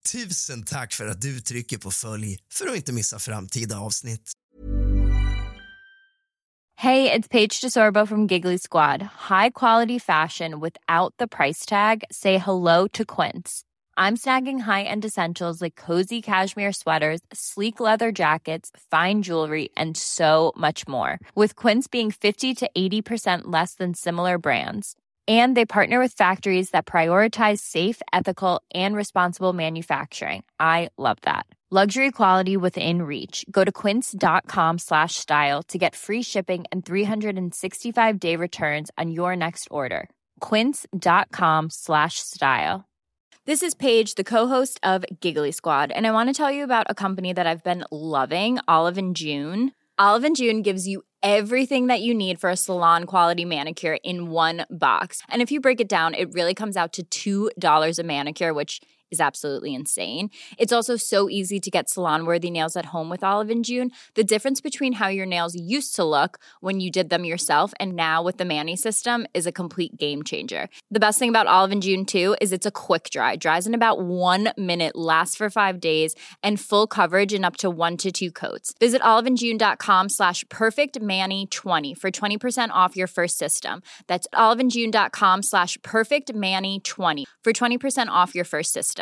Tusen tack för att du trycker på följ för att inte missa framtida avsnitt. Hey, it's Paige DeSorbo from Giggly Squad. High quality fashion without the price tag. Say hello to Quince. I'm snagging high-end essentials like cozy cashmere sweaters, sleek leather jackets, fine jewelry, and so much more. With Quince being 50 to 80% less than similar brands. And they partner with factories that prioritize safe, ethical, and responsible manufacturing. I love that. Luxury quality within reach. Go to quince.com/style to get free shipping and 365-day returns on your next order. Quince.com/style. This is Paige, the co-host of Giggly Squad, and I want to tell you about a company that I've been loving, Olive & June. Olive & June gives you everything that you need for a salon-quality manicure in one box. And if you break it down, it really comes out to $2 a manicure, which is absolutely insane. It's also so easy to get salon-worthy nails at home with Olive & June. The difference between how your nails used to look when you did them yourself and now with the Mani system is a complete game changer. The best thing about Olive & June, too, is it's a quick dry. Dries in about 1 minute, lasts for 5 days, and full coverage in up to 1 to 2 coats. Visit oliveandjune.com/perfectmani20 for 20% off your first system. That's oliveandjune.com/perfectmani20 for 20% off your first system.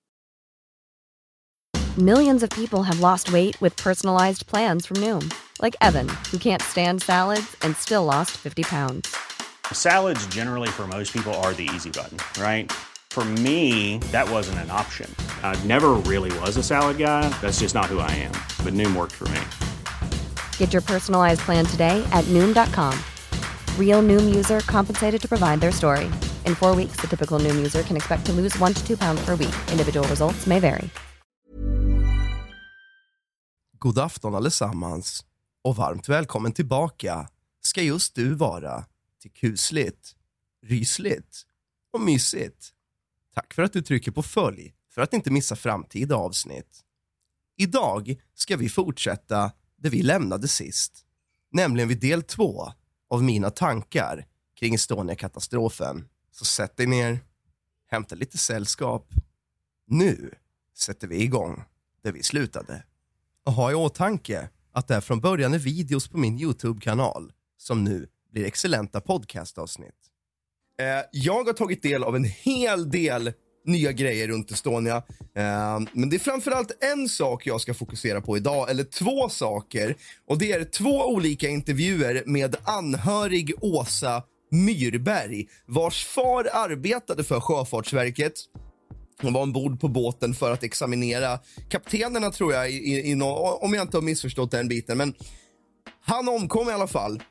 Millions of people have lost weight with personalized plans from Noom. Like Evan, who can't stand salads and still lost 50 pounds. Salads generally for most people are the easy button, right? For me, that wasn't an option. I never really was a salad guy. That's just not who I am. But Noom worked for me. Get your personalized plan today at Noom.com. Real Noom user compensated to provide their story. In 4 weeks, the typical Noom user can expect to lose 1 to 2 pounds per week. Individual results may vary. God afton allesammans och varmt välkommen tillbaka ska just du vara till kusligt, rysligt och mysigt. Tack för att du trycker på följ för att inte missa framtida avsnitt. Idag ska vi fortsätta där vi lämnade sist, nämligen vid del 2 av mina tankar kring Estonia-katastrofen. Så sätt dig ner, hämta lite sällskap. Nu sätter vi igång där vi slutade. Och ha i åtanke att det från början är videos på min YouTube-kanal som nu blir excellenta podcastavsnitt. Jag har tagit del av en hel del nya grejer runt Estonia. Men det är framförallt en sak jag ska fokusera på idag, eller 2 saker. Och det är 2 olika intervjuer med anhörig Åsa Myrberg, vars far arbetade för Sjöfartsverket. Hon var ombord på båten för att examinera kaptenerna, tror jag, om jag inte har missförstått den biten. Men han omkom i alla fall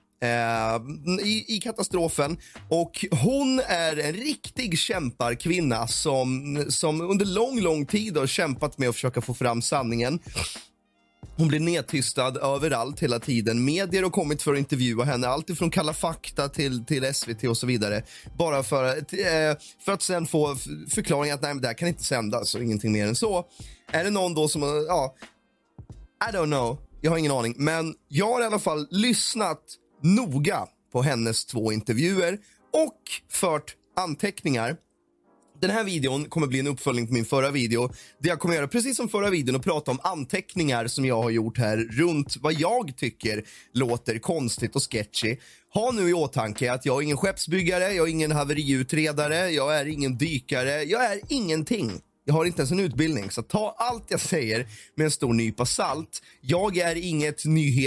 i katastrofen. Och hon är en riktig kämparkvinna som under lång tid har kämpat med att försöka få fram sanningen. Hon blir nedtystad överallt hela tiden. Medier har kommit för att intervjua henne. Allt ifrån Kalla fakta till SVT och så vidare. Bara för att sen få förklaringen att nej, men det här kan inte sändas och ingenting mer än så. Är det någon då som... Ja, I don't know. Jag har ingen aning. Men jag har i alla fall lyssnat noga på hennes 2 intervjuer och fört anteckningar. Den här videon kommer bli en uppföljning på min förra video. Det jag kommer göra precis som förra videon och prata om anteckningar som jag har gjort här runt vad jag tycker låter konstigt och sketchy. Ha nu i åtanke att jag är ingen skeppsbyggare, jag är ingen haveriutredare, jag är ingen dykare, jag är ingenting. Jag har inte ens en utbildning, så ta allt jag säger med en stor nypa salt. Jag är inget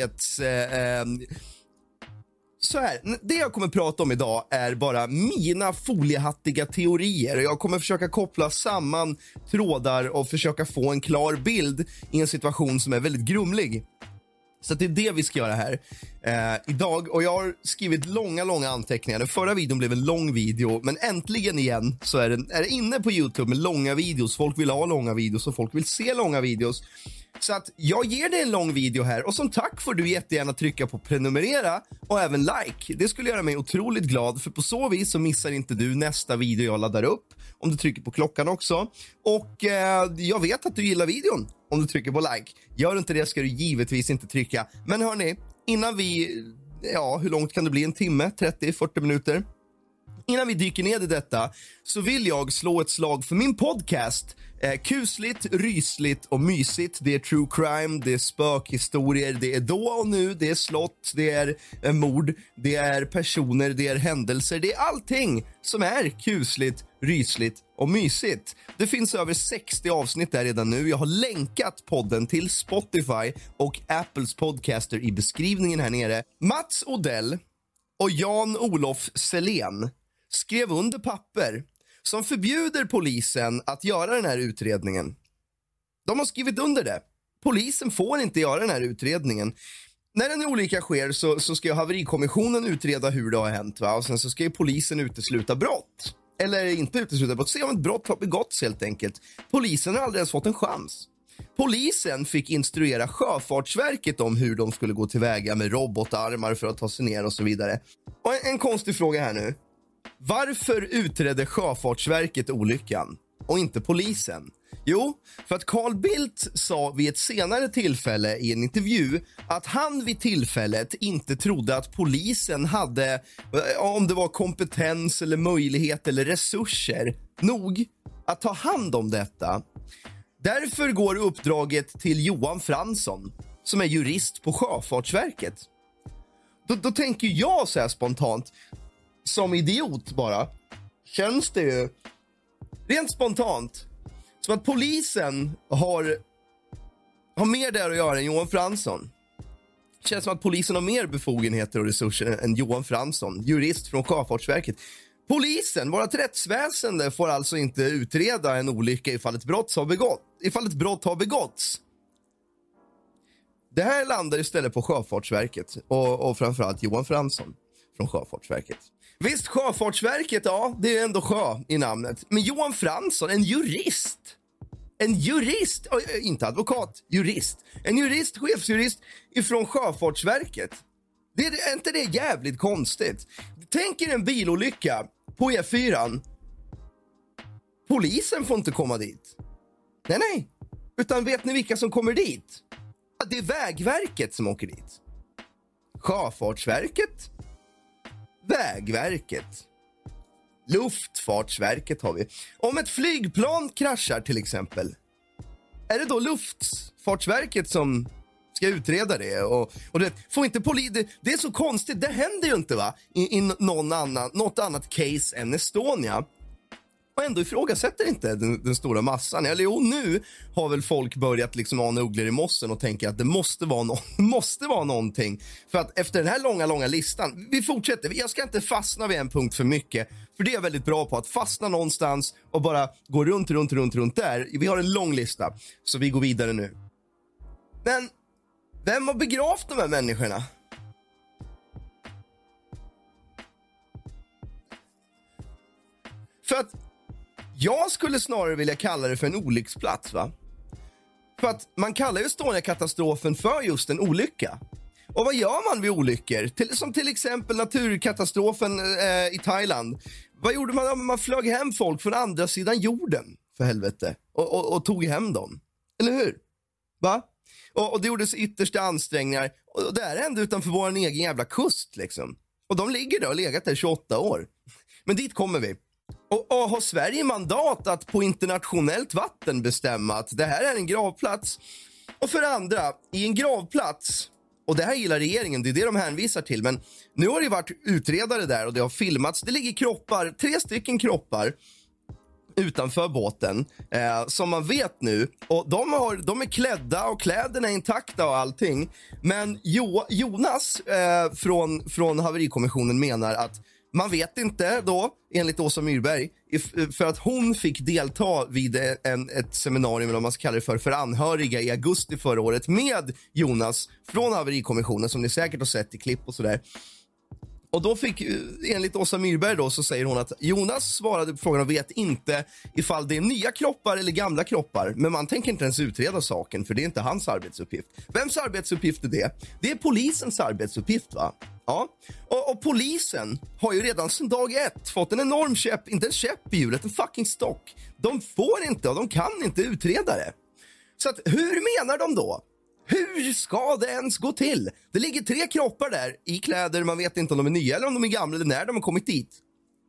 Så här, det jag kommer prata om idag är bara mina foliehattiga teorier. Jag kommer försöka koppla samman trådar och försöka få en klar bild i en situation som är väldigt grumlig. Så det är det vi ska göra här idag. Och jag har skrivit långa anteckningar. Den förra videon blev en lång video, men äntligen igen så är det inne på YouTube med långa videos. Folk vill ha långa videos och folk vill se långa videos. Så att jag ger dig en lång video här. Och som tack får du jättegärna trycka på prenumerera och även like. Det skulle göra mig otroligt glad, för på så vis så missar inte du nästa video jag laddar upp om du trycker på klockan också. Och jag vet att du gillar videon om du trycker på like. Gör du inte det ska du givetvis inte trycka. Men hörni, innan vi... Ja, hur långt kan det bli? En timme? 30-40 minuter? Innan vi dyker ner i detta så vill jag slå ett slag för min podcast. Kusligt, rysligt och mysigt. Det är true crime, det är spökhistorier, det är då och nu, det är slott, det är mord, det är personer, det är händelser. Det är allting som är kusligt, rysligt och mysigt. Det finns över 60 avsnitt där redan nu. Jag har länkat podden till Spotify och Apples podcaster i beskrivningen här nere. Mats Odell och Jan-Olof Selén skrev under papper som förbjuder polisen att göra den här utredningen. De har skrivit under det. Polisen får inte göra den här utredningen. När en olycka sker så ska haverikommissionen utreda hur det har hänt. Va? Och sen så ska ju polisen utesluta brott. Eller inte utesluta brott. Se om ett brott har begåtts helt enkelt. Polisen har aldrig ens fått en chans. Polisen fick instruera Sjöfartsverket om hur de skulle gå tillväga med robotarmar för att ta sig ner och så vidare. Och en konstig fråga här nu. Varför utredde Sjöfartsverket olyckan och inte polisen? Jo, för att Carl Bildt sa vid ett senare tillfälle i en intervju att han vid tillfället inte trodde att polisen hade, om det var kompetens eller möjlighet eller resurser nog att ta hand om detta. Därför går uppdraget till Johan Fransson som är jurist på Sjöfartsverket. Då tänker jag så här spontant, som idiot bara, känns det ju rent spontant som att polisen har mer där att göra än Johan Fransson. Känns som att polisen har mer befogenheter och resurser än Johan Fransson, jurist från Sjöfartsverket. Polisen, vårt rättsväsende, får alltså inte utreda en olycka ifall ett brott har begåtts. Det här landar istället på Sjöfartsverket och framförallt Johan Fransson från Sjöfartsverket. Visst, Sjöfartsverket, ja, det är ändå sjö i namnet. Men Johan Fransson, en jurist, inte advokat, jurist. En jurist, chefsjurist ifrån Sjöfartsverket. Är inte det jävligt konstigt? Tänk er en bilolycka på E4. Polisen får inte komma dit. Nej. Utan vet ni vilka som kommer dit? Det är Vägverket som åker dit. Sjöfartsverket, Vägverket, Luftfartsverket har vi. Om ett flygplan kraschar till exempel, är det då Luftfartsverket som ska utreda det? Och det får inte det är så konstigt, det händer ju inte va i något annat case än Estonia. Och ändå ifrågasätter inte den stora massan. Eller jo, nu har väl folk börjat liksom ana ugglor i mossen och tänka att det måste vara någonting. För att efter den här långa listan, vi fortsätter. Jag ska inte fastna vid en punkt för mycket. För det är jag väldigt bra på, att fastna någonstans och bara gå runt där. Vi har en lång lista, så vi går vidare nu. Men vem har begravt de här människorna? För att jag skulle snarare vilja kalla det för en olycksplats, va? För att man kallar ju Estonia-katastrofen för just en olycka. Och vad gör man vid olyckor? Som till exempel naturkatastrofen i Thailand. Vad gjorde man? Man flög hem folk från andra sidan jorden, för helvete. Och tog hem dem. Eller hur? Va? Och det gjordes yttersta ansträngningar. Och det här hände utanför vår egen jävla kust, liksom. Och de ligger där och legat där 28 år. Men dit kommer vi. Och har Sverige mandat att på internationellt vatten bestämma att det här är en gravplats? Och för andra, i en gravplats, och det här gillar regeringen, det är det de hänvisar till, men nu har det varit utredare där och det har filmats. Det ligger 3 stycken kroppar utanför båten som man vet nu, och de är klädda och kläderna är intakta och allting. Men Jonas från haverikommissionen menar att man vet inte då, enligt Åsa Myrberg, för att hon fick delta vid ett seminarium, eller vad man ska kalla det för anhöriga i augusti förra året med Jonas från haverikommissionen, som ni säkert har sett i klipp och sådär. Och då fick, enligt Åsa Myrberg då, så säger hon att Jonas svarade på frågan och vet inte ifall det är nya kroppar eller gamla kroppar. Men man tänker inte ens utreda saken, för det är inte hans arbetsuppgift. Vems arbetsuppgift är det? Det är polisens arbetsuppgift, va? Ja. Och polisen har ju redan sedan dag 1 fått en enorm käpp, inte en käpp i hjulet, en fucking stock. De får inte och de kan inte utreda det. Så att, hur menar de då? Hur ska det ens gå till? Det ligger 3 kroppar där i kläder, man vet inte om de är nya eller om de är gamla eller när de har kommit dit.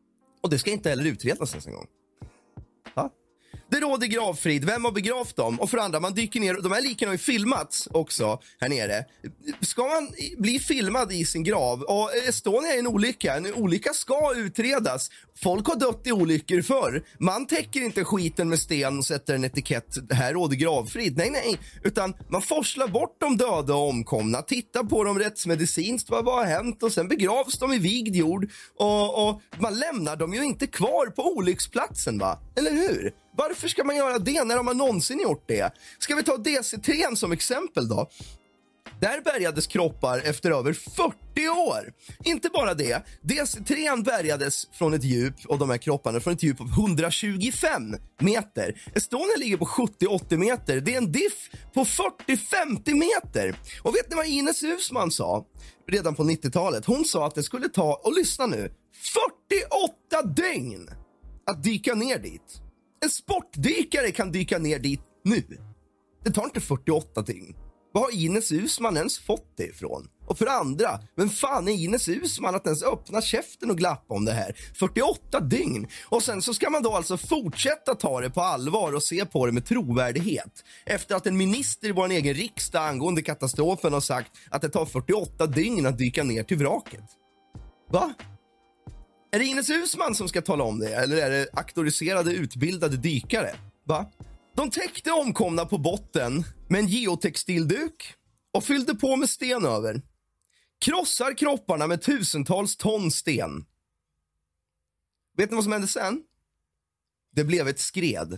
Och det ska inte heller utredas ens en gång. Va? Det råder gravfrid. Vem har begravt dem? Och för andra, man dyker ner. De här liken har ju filmats också här nere. Ska man bli filmad i sin grav? Och Estonia är en olycka. En olycka ska utredas. Folk har dött i olyckor förr. Man täcker inte skiten med sten och sätter en etikett. Här råder gravfrid. Nej. Utan man forslar bort de döda och omkomna. Tittar på dem rättsmedicinskt. Vad har hänt? Och sen begravs de i vigd jord. Och man lämnar dem ju inte kvar på olycksplatsen, va? Eller hur? Varför ska man göra det när de har någonsin gjort det? Ska vi ta DC3 som exempel då? Där bärgades kroppar efter över 40 år. Inte bara det. DC3 bärgades från ett djup, och de här kropparna från ett djup av 125 meter. Estonia ligger på 70-80 meter. Det är en diff på 40-50 meter. Och vet ni vad Ines Uusmann sa redan på 90-talet? Hon sa att det skulle ta, och lyssna nu, 48 dygn att dyka ner dit. En sportdykare kan dyka ner dit nu. Det tar inte 48 dygn. Vad har Ines Uusmann ens fått det ifrån? Och för andra, vem fan är Ines Uusmann att ens öppna käften och glappa om det här? 48 dygn. Och sen så ska man då alltså fortsätta ta det på allvar och se på det med trovärdighet. Efter att en minister i vår egen riksdag angående katastrofen har sagt att det tar 48 dygn att dyka ner till vraket. Va? Är det Ines Uusmann som ska tala om det? Eller är det auktoriserade utbildade dykare? Va? De täckte omkomna på botten med en geotextilduk och fyllde på med sten över. Krossar kropparna med tusentals ton sten. Vet ni vad som hände sen? Det blev ett skred.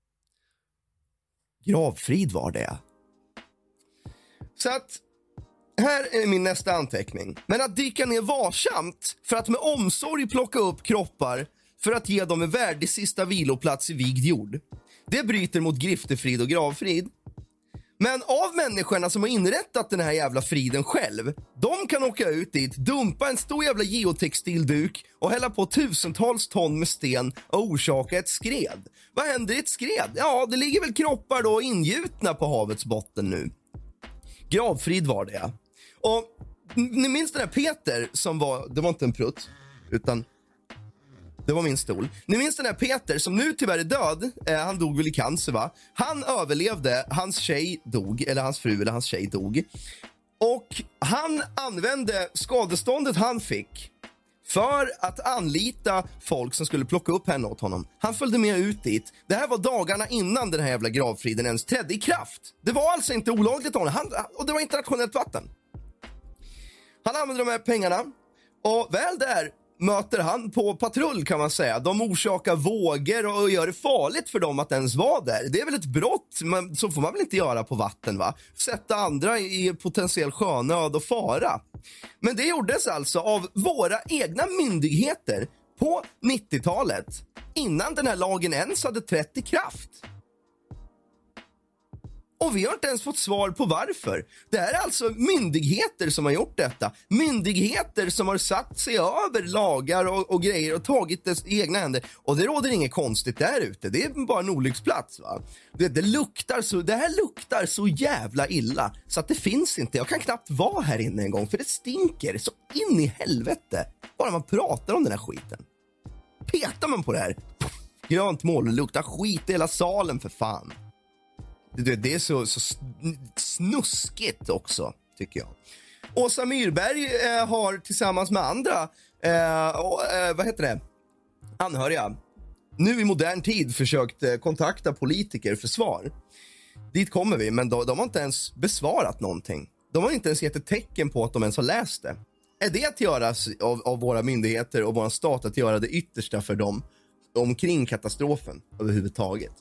Gravfrid var det. Så att här är min nästa anteckning. Men att dyka ner varsamt för att med omsorg plocka upp kroppar för att ge dem en värdig sista viloplats i vigd jord. Det bryter mot griftefrid och gravfrid. Men av människorna som har inrättat den här jävla friden själv, de kan åka ut dit, dumpa en stor jävla geotextilduk och hälla på tusentals ton med sten och orsaka ett skred. Vad händer i ett skred? Ja, det ligger väl kroppar då ingjutna på havets botten nu. Gravfrid var det. Och ni minns den här Peter som var, det var inte en prutt, utan det var min stol. Ni minns den här Peter som nu tyvärr är död. Han dog väl i cancer, va? Han överlevde, hans tjej dog, eller hans fru eller hans tjej dog. Och han använde skadeståndet han fick för att anlita folk som skulle plocka upp henne åt honom. Han följde med ut dit. Det här var dagarna innan den här jävla gravfriden ens trädde i kraft. Det var alltså inte olagligt av honom. Och det var internationellt vatten. Han använde de här pengarna. Och väl där möter han på patrull, kan man säga. De orsakar vågor och gör det farligt för dem att ens vara där. Det är väl ett brott, men så får man väl inte göra på vatten, va? Sätta andra i potentiell sjönöd och fara. Men det gjordes alltså av våra egna myndigheter på 90-talet. Innan den här lagen ens hade trätt i kraft. Och vi har inte ens fått svar på varför. Det här är alltså myndigheter som har gjort detta. Myndigheter som har satt sig över lagar och grejer och tagit det i egna händer. Och det råder inget konstigt där ute. Det är bara en olycksplats, va? Det här luktar så jävla illa så att det finns inte. Jag kan knappt vara här inne en gång för det stinker så in i helvete. Bara man pratar om den här skiten. Petar man på det här. Grönt mål, det luktar skit i hela salen för fan. Det är så snuskigt också, tycker jag. Åsa Myrberg har tillsammans med andra anhöriga nu i modern tid försökt kontakta politiker för svar. Dit kommer vi, men de har inte ens besvarat någonting. De har inte ens gett ett tecken på att de ens har läst det. Är det att göra av våra myndigheter och vår stat att göra det yttersta för dem omkring katastrofen överhuvudtaget?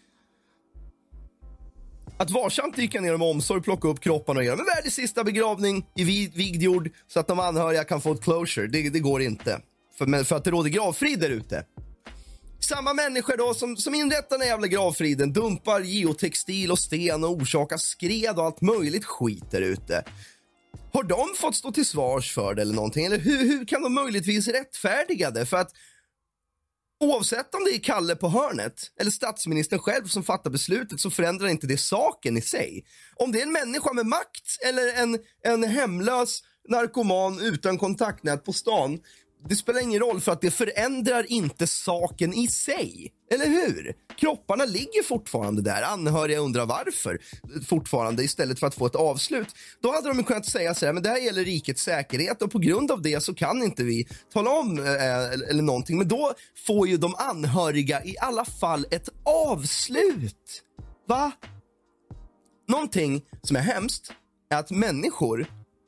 Att varsamt dyka ner med omsorg, plocka upp kropparna och göra en värdig sista begravning i vigd jord så att de anhöriga kan få ett closure. Det går inte. För att det råder gravfrid där ute. Samma människor då som inrättar den jävla gravfriden dumpar geotextil och sten och orsakar skred och allt möjligt skit där ute. Har de fått stå till svars för det eller någonting? Eller hur kan de möjligtvis rättfärdiga det? För att oavsett om det är Kalle på hörnet eller statsministern själv som fattar beslutet så förändrar inte det saken i sig. Om det är en människa med makt eller en hemlös narkoman utan kontaktnät på stan, det spelar ingen roll för att det förändrar inte saken i sig. Eller hur? Kropparna ligger fortfarande där. Anhöriga undrar varför fortfarande istället för att få ett avslut. Då hade de kunnat säga så här, men det här gäller rikets säkerhet och på grund av det så kan inte vi tala om eller någonting. Men då får ju de anhöriga i alla fall ett avslut. Va? Någonting som är hemskt är att människor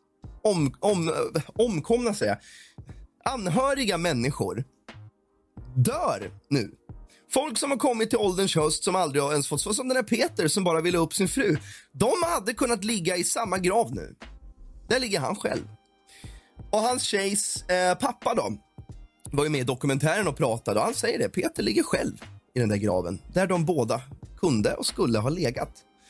omkomna säga. Anhöriga människor dör nu. Folk som har kommit till ålderns höst som aldrig har ens fått, som den här Peter som bara ville upp sin fru. De hade kunnat ligga i samma grav nu. Där ligger han själv. Och hans tjejs pappa då var ju med i dokumentären och pratade och han säger det. Peter ligger själv i den där graven där de båda kunde och skulle ha legat.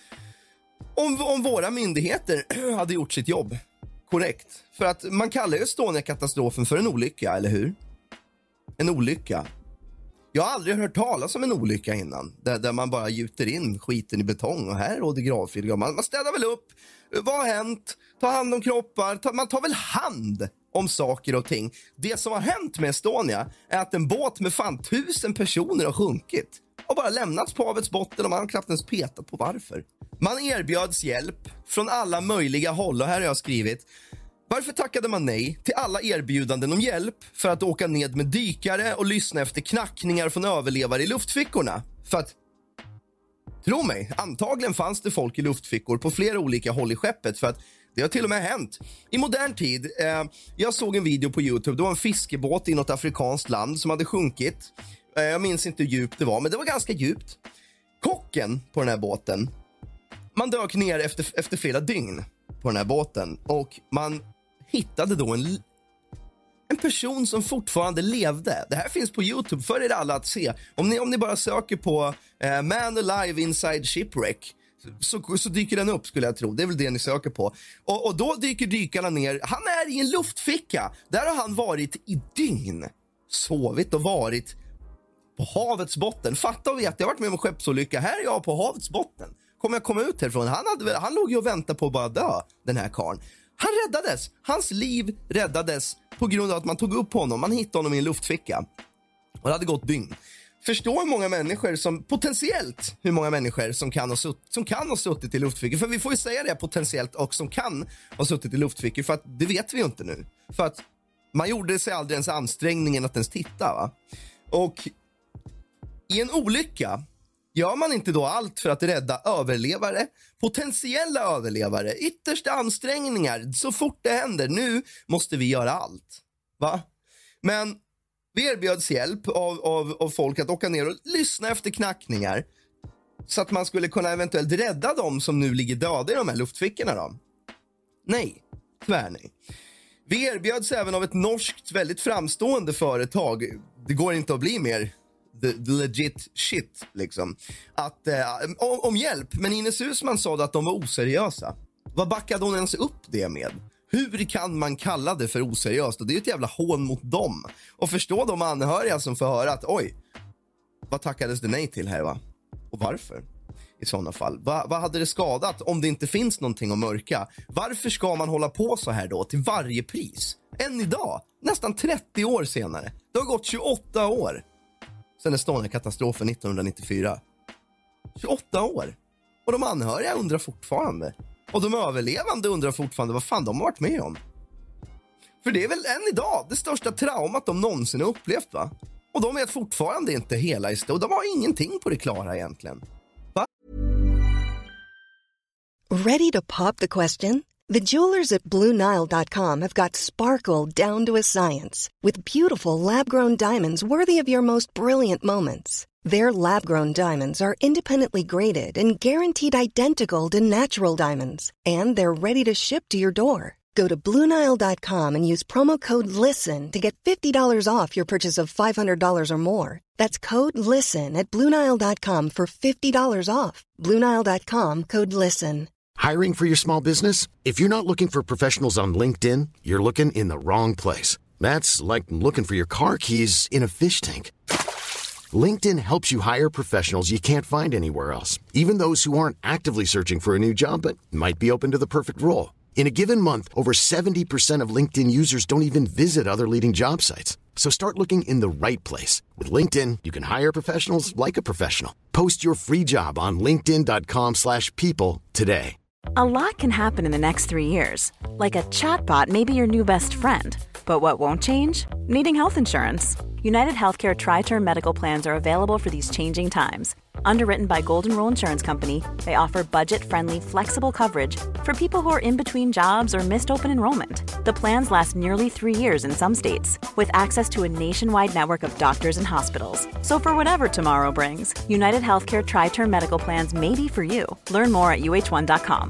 Om våra myndigheter hade gjort sitt jobb korrekt. För att man kallar ju Estonia-katastrofen för en olycka, eller hur? En olycka. Jag har aldrig hört talas om en olycka innan. Där man bara gjuter in skiten i betong och här råder gravfrid. Man städar väl upp. Vad har hänt? Ta hand om kroppar. Man tar väl hand om saker och ting. Det som har hänt med Estonia är att en båt med fan 1000 personer har sjunkit. Och bara lämnats på havets botten och man har knappt ens petat på varför. Man erbjöds hjälp från alla möjliga håll och här har jag skrivit: varför tackade man nej till alla erbjudanden om hjälp för att åka ned med dykare och lyssna efter knackningar från överlevare i luftfickorna? För att, tro mig, antagligen fanns det folk i luftfickor på flera olika håll i skeppet för att det har till och med hänt. I modern tid, jag såg en video på YouTube, det var en fiskebåt i något afrikanskt land som hade sjunkit. Jag minns inte hur djupt det var, men det var ganska djupt. Kocken på den här båten, man dök ner efter flera dygn på den här båten och man hittade då en person som fortfarande levde. Det här finns på YouTube för er alla att se. Om ni bara söker på Man Alive Inside Shipwreck så dyker den upp skulle jag tro. Det är väl det ni söker på. Och då dyker dykarna ner. Han är i en luftficka. Där har han varit i dygn. Sovit och varit på havets botten. Fatta och vet, jag har varit med om en skeppsolycka. Här är jag på havets botten. Kommer jag komma ut härifrån? Han låg ju och väntade på att bara dö, den här karln. Han räddades. Hans liv räddades på grund av att man tog upp honom. Man hittade honom i en luftficka. Och det hade gått dygn. Förstår hur många människor som potentiellt hur många människor som kan ha suttit i luftfickor. För vi får ju säga det potentiellt och som kan ha suttit i luftfickor för att det vet vi ju inte nu. För att man gjorde sig aldrig ens ansträngningen att ens titta, va? Och i en olycka gör man inte då allt för att rädda överlevare, potentiella överlevare, yttersta ansträngningar så fort det händer. Nu måste vi göra allt, va? Men vi erbjöds hjälp av folk att åka ner och lyssna efter knackningar så att man skulle kunna eventuellt rädda dem som nu ligger döda i de här luftfickorna då. Nej, tyvärr nej. Vi erbjöds även av ett norskt väldigt framstående företag. Det går inte att bli mer the legit shit liksom. Om hjälp, men Ines Husman sa att de var oseriösa. Vad backade hon ens upp det med? Hur kan man kalla det för oseriöst? Och det är ett jävla hån mot dem. Och förstå de anhöriga som får höra att oj, vad tackades det nej till här, va? Och varför? I sådana fall. Vad hade det skadat om det inte finns någonting att mörka? Varför ska man hålla på så här då till varje pris? Än idag, nästan 30 år senare. Det har gått 28 år sedan Estonia-katastrofen 1994. 28 år. Och de anhöriga undrar fortfarande. Och de överlevande undrar fortfarande vad fan de har varit med om. För det är väl än idag det största traumat de någonsin har upplevt, va? Och de vet fortfarande inte hela historien. De har ingenting på det klara egentligen. Va? Ready to pop the question? The jewelers at BlueNile.com have got sparkle down to a science with beautiful lab-grown diamonds worthy of your most brilliant moments. Their lab-grown diamonds are independently graded and guaranteed identical to natural diamonds. And they're ready to ship to your door. Go to BlueNile.com and use promo code LISTEN to get $50 off your purchase of $500 or more. That's code LISTEN at BlueNile.com for $50 off. BlueNile.com, code LISTEN. Hiring for your small business? If you're not looking for professionals on LinkedIn, you're looking in the wrong place. That's like looking for your car keys in a fish tank. LinkedIn helps you hire professionals you can't find anywhere else, even those who aren't actively searching for a new job but might be open to the perfect role. In a given month, over 70% of LinkedIn users don't even visit other leading job sites. So start looking in the right place. With LinkedIn, you can hire professionals like a professional. Post your free job on linkedin.com/people today. A lot can happen in the next 3 years. Like a chatbot may be your new best friend. But what won't change? Needing health insurance. United Healthcare Tri-Term Medical Plans are available for these changing times. Underwritten by Golden Rule Insurance Company, they offer budget-friendly, flexible coverage for people who are in between jobs or missed open enrollment. The plans last nearly 3 years in some states, with access to a nationwide network of doctors and hospitals. So for whatever tomorrow brings, United Healthcare Tri-Term Medical Plans may be for you. Learn more at uh1.com.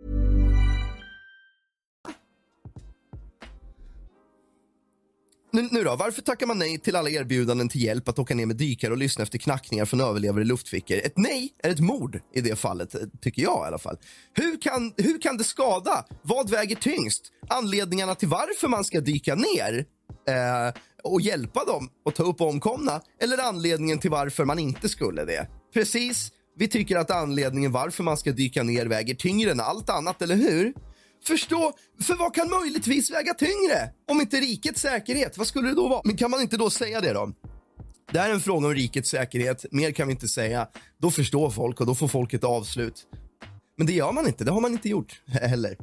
Nu då, varför tackar man nej till alla erbjudanden till hjälp att åka ner med dykare och lyssna efter knackningar från överlevare i luftfickor? Ett nej är ett mord i det fallet, tycker jag i alla fall. Hur kan det skada? Vad väger tyngst? Anledningarna till varför man ska dyka ner och hjälpa dem och ta upp omkomna, eller anledningen till varför man inte skulle det? Precis, vi tycker att anledningen varför man ska dyka ner väger tyngre än allt annat, eller hur? Förstå, för vad kan möjligtvis väga tyngre? Om inte rikets säkerhet, vad skulle det då vara? Men kan man inte då säga det då? Det här är en fråga om rikets säkerhet, mer kan vi inte säga. Då förstår folk och då får folk ett avslut. Men det gör man inte, det har man inte gjort heller.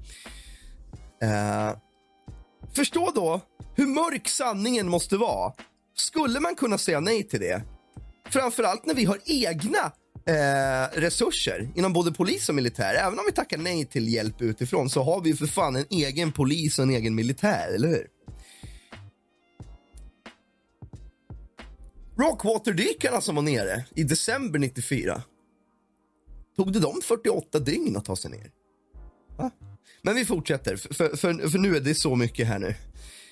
Förstå då hur mörk sanningen måste vara. Skulle man kunna säga nej till det? Framförallt när vi har egna resurser inom både polis och militär. Även om vi tackar nej till hjälp utifrån så har vi för fan en egen polis och en egen militär, eller hur? Rockwater-dykarna som var nere i december 94, tog det dem 48 dygn att ta sig ner? Va? Men vi fortsätter, för nu är det så mycket här nu.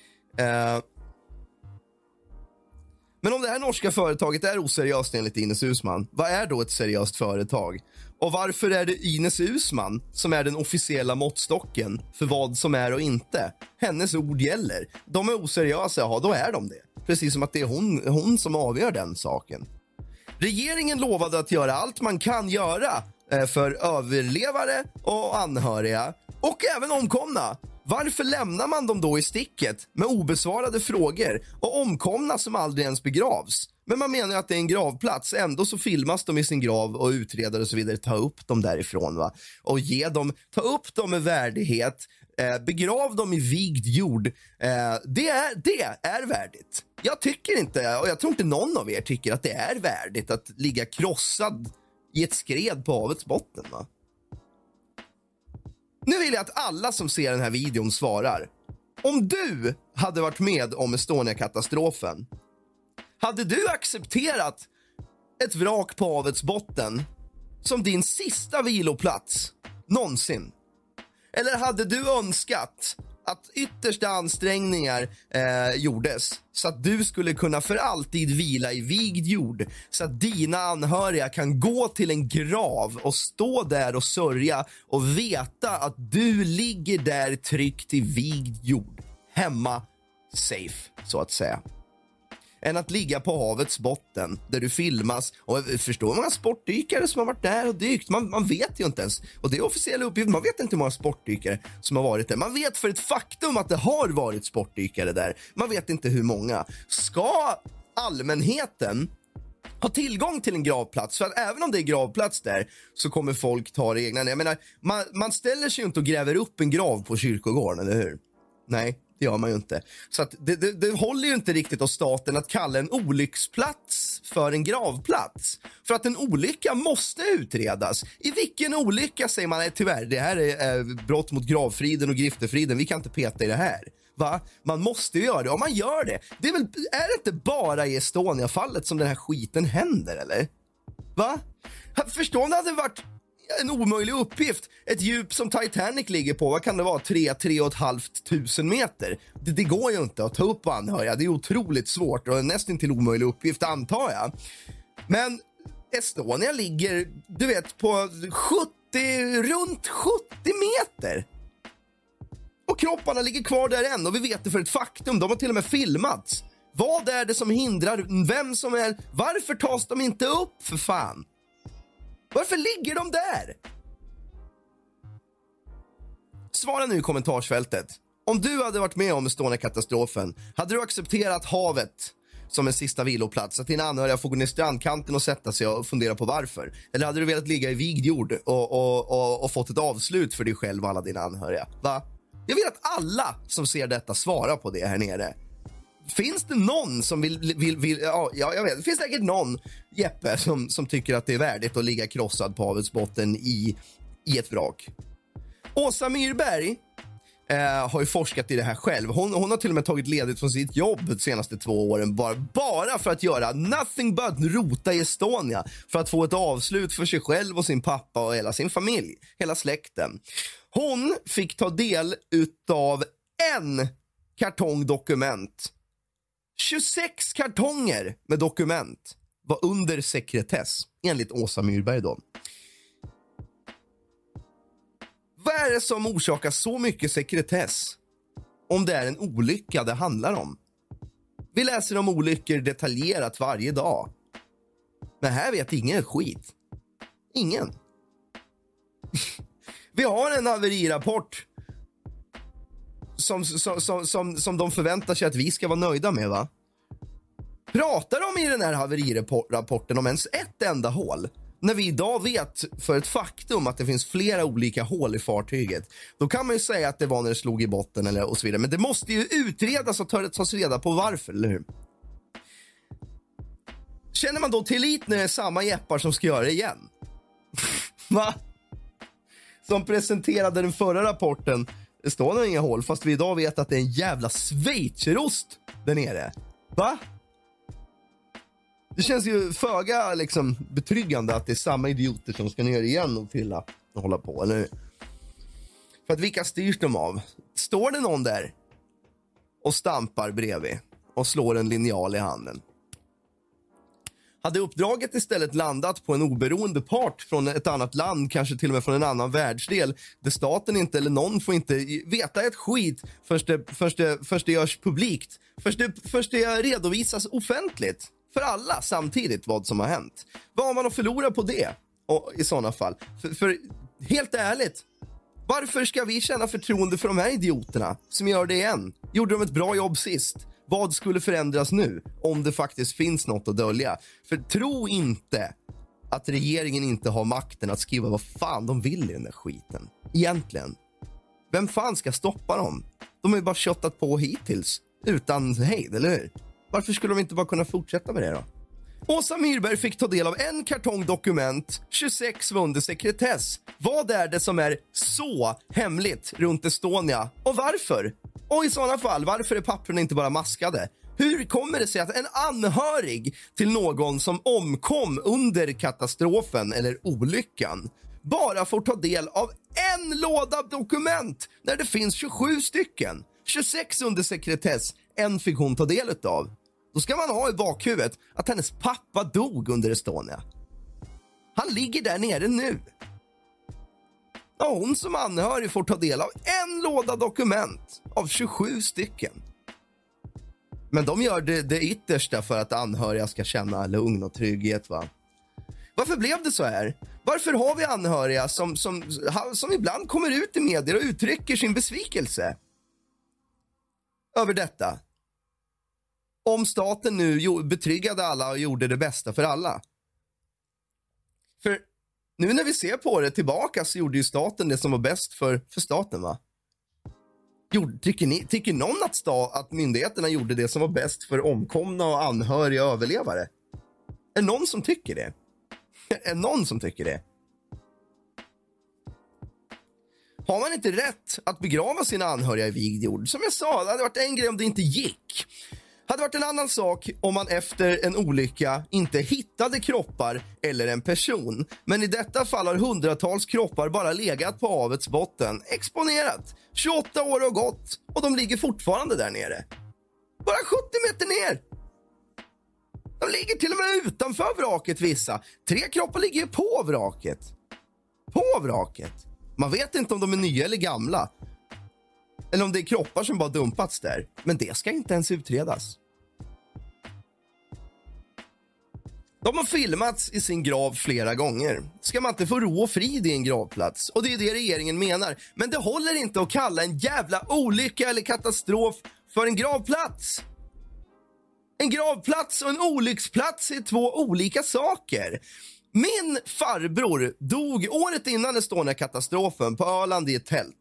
Men om det här norska företaget är oseriöst enligt Ines Uusmann, vad är då ett seriöst företag? Och varför är det Ines Uusmann som är den officiella måttstocken för vad som är och inte? Hennes ord gäller. De är oseriösa, ja då är de det. Precis som att det är hon som avgör den saken. Regeringen lovade att göra allt man kan göra för överlevare och anhöriga och även omkomna. Varför lämnar man dem då i sticket med obesvarade frågor och omkomna som aldrig ens begravs? Men man menar att det är en gravplats. Ändå så filmas de i sin grav och utredare och så vidare ta upp dem därifrån, va? Och ta upp dem med värdighet, begrav dem i vigd jord. Det är värdigt. Jag tycker inte, och jag tror inte någon av er tycker att det är värdigt att ligga krossad i ett skred på havets botten, va? Nu vill jag att alla som ser den här videon svarar. Om du hade varit med om Estonia-katastrofen, hade du accepterat ett vrak på havets botten som din sista viloplats någonsin? Eller hade du önskat att yttersta ansträngningar gjordes så att du skulle kunna för alltid vila i vigd jord, så att dina anhöriga kan gå till en grav och stå där och sörja och veta att du ligger där tryggt i vigd jord, hemma, safe så att säga, än att ligga på havets botten där du filmas. Och förstår många sportdykare som har varit där och dykt. Man vet ju inte ens, och det är officiella uppgifter, man vet inte hur många sportdykare som har varit där. Man vet för ett faktum att det har varit sportdykare där. Man vet inte hur många. Ska allmänheten ha tillgång till en gravplats? För att även om det är gravplats där så kommer folk ta det egna. Jag menar, man ställer sig ju inte och gräver upp en grav på kyrkogården, eller hur? Nej, det gör man ju inte. Så att det håller ju inte riktigt av staten att kalla en olycksplats för en gravplats. För att en olycka måste utredas. I vilken olycka säger man, nej tyvärr, det här är brott mot gravfriden och griftefriden, vi kan inte peta i det här. Va? Man måste ju göra det, och man gör det. Är det inte bara i Estonia-fallet som den här skiten händer, eller? Va? Förstår ni att det varit en omöjlig uppgift? Ett djup som Titanic ligger på, vad kan det vara? 3-3,5 meter. Det går ju inte att ta upp anhöriga. Det är otroligt svårt och nästan till omöjlig uppgift, antar jag. Men Estonia ligger, du vet, på runt 70 meter. Och kropparna ligger kvar där än, och vi vet det för ett faktum. De har till och med filmats. Vad är det som hindrar? Vem som är? Varför tas de inte upp, för fan? Varför ligger de där? Svara nu i kommentarsfältet. Om du hade varit med om Estonia-katastrofen, hade du accepterat havet som en sista viloplats? Att dina anhöriga får gå ner strandkanten och sätta sig och fundera på varför? Eller hade du velat ligga i vigd jord och fått ett avslut för dig själv och alla dina anhöriga? Va? Jag vill att alla som ser detta svarar på det här nere. Finns det någon som vill ja, jag vet. Det finns säkert någon Jeppe som tycker att det är värdigt att ligga krossad på havets botten i ett vrak. Åsa Myrberg har ju forskat i det här själv. Hon har till och med tagit ledigt från sitt jobb de senaste 2 åren bara för att göra nothing but rota i Estonia, för att få ett avslut för sig själv och sin pappa och hela sin familj, hela släkten. Hon fick ta del utav en kartong dokument. 26 kartonger med dokument var under sekretess, enligt Åsa Myrberg då. Vad är det som orsakar så mycket sekretess om det är en olycka det handlar om? Vi läser om olyckor detaljerat varje dag. Men här vet ingen skit. Ingen. Vi har en haverirapport som de förväntar sig att vi ska vara nöjda med, va? Pratar de i den här haverirapporten om ens ett enda hål? När vi idag vet för ett faktum att det finns flera olika hål i fartyget, då kan man ju säga att det var när det slog i botten eller och så vidare. Men det måste ju utredas och tas reda på varför, eller hur? Känner man då tillit när det är samma jeppar som ska göra det igen? Va? Som presenterade den förra rapporten, det står nog inga hål, fast vi idag vet att det är en jävla schweizerost där nere. Va? Det känns ju föga liksom betryggande att det är samma idioter som ska ner igen och fylla och hålla på, eller hur? För att vilka styrs de av? Står det någon där och stampar bredvid och slår en linjal i handen? Hade uppdraget istället landat på en oberoende part från ett annat land, kanske till och med från en annan världsdel, där staten inte eller någon får inte veta ett skit först det görs publikt, först det redovisas offentligt för alla samtidigt vad som har hänt. Vad har man att förlora på det? Och i sådana fall. För helt ärligt, varför ska vi känna förtroende för de här idioterna som gör det igen? Gjorde de ett bra jobb sist? Vad skulle förändras nu om det faktiskt finns något att dölja? För tro inte att regeringen inte har makten att skriva vad fan de vill i den där skiten. Egentligen. Vem fan ska stoppa dem? De har ju bara köttat på hittills. Utan hejd, eller hur? Varför skulle de inte bara kunna fortsätta med det då? Åsa Myrberg fick ta del av en kartong dokument, 26 var under sekretess. Vad är det som är så hemligt runt Estonia? Och varför? Och i sådana fall, varför är papperna inte bara maskade? Hur kommer det sig att en anhörig till någon som omkom under katastrofen eller olyckan bara får ta del av en låda dokument när det finns 27 stycken? 26 under sekretess, en fick hon ta del av. Då ska man ha i bakhuvudet att hennes pappa dog under Estonia. Han ligger där nere nu. Ja, hon som anhörig får ta del av en låda dokument av 27 stycken. Men de gör det yttersta för att anhöriga ska känna lugn och trygghet, va? Varför blev det så här? Varför har vi anhöriga som ibland kommer ut i medier och uttrycker sin besvikelse över detta? Om staten nu betryggade alla och gjorde det bästa för alla. För nu när vi ser på det tillbaka så gjorde ju staten det som var bäst för staten, va? Tycker någon att myndigheterna gjorde det som var bäst för omkomna och anhöriga och överlevare? Är någon som tycker det? Är någon som tycker det? Har man inte rätt att begrava sina anhöriga i vigd jord? Som jag sa, det hade varit en grej om det inte gick. Hade varit en annan sak om man efter en olycka inte hittade kroppar eller en person. Men i detta fall har hundratals kroppar bara legat på havets botten. Exponerat. 28 år har gått och de ligger fortfarande där nere. Bara 70 meter ner. De ligger till och med utanför vraket vissa. 3 kroppar ligger på vraket. På vraket. Man vet inte om de är nya eller gamla. Eller om det är kroppar som bara dumpats där. Men det ska inte ens utredas. De har filmats i sin grav flera gånger. Ska man inte få ro och frid i en gravplats? Och det är det regeringen menar. Men det håller inte att kalla en jävla olycka eller katastrof för en gravplats. En gravplats och en olycksplats är 2 olika saker. Min farbror dog året innan Estonia-katastrofen på Öland i ett tält.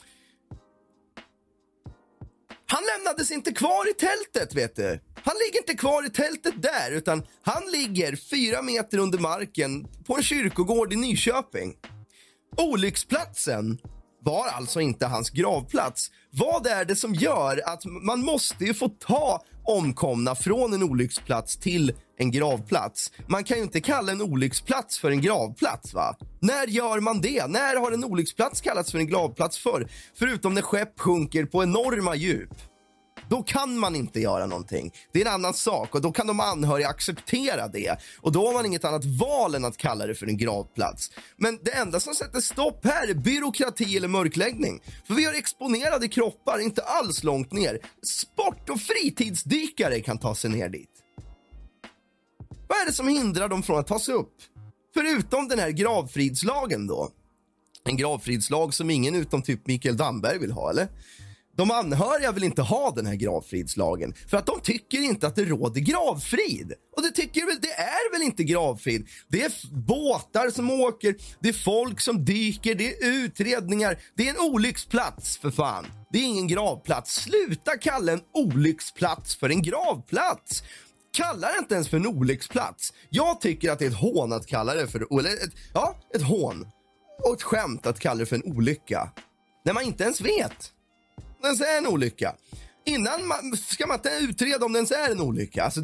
Han lämnades inte kvar i tältet, vet du. Han ligger inte kvar i tältet där, utan han ligger 4 meter under marken på en kyrkogård i Nyköping. Olycksplatsen var alltså inte hans gravplats. Vad är det som gör att man måste ju få ta omkomna från en olycksplats till en gravplats? Man kan ju inte kalla en olycksplats för en gravplats, va? När gör man det? När har en olycksplats kallats för en gravplats för? Förutom när skepp sjunker på enorma djup. Då kan man inte göra någonting. Det är en annan sak och då kan de anhöriga acceptera det. Och då har man inget annat val än att kalla det för en gravplats. Men det enda som sätter stopp här är byråkrati eller mörkläggning. För vi har exponerade kroppar inte alls långt ner. Sport- och fritidsdykare kan ta sig ner dit. Vad är det som hindrar dem från att ta sig upp? Förutom den här gravfridslagen då. En gravfridslag som ingen utom typ Mikael Damberg vill ha, eller? De anhöriga vill inte ha den här gravfridslagen för att de tycker inte att det råder gravfrid. Och det är väl inte gravfrid. Det är båtar som åker, det är folk som dyker, det är utredningar. Det är en olycksplats för fan. Det är ingen gravplats. Sluta kalla en olycksplats för en gravplats. Kalla det inte ens för en olycksplats. Jag tycker att det är ett hån att kalla det för ett hån. Och ett skämt att kalla det för en olycka. När man inte ens vet. Den är en olycka. Ska man inte utreda om den är en olycka. Alltså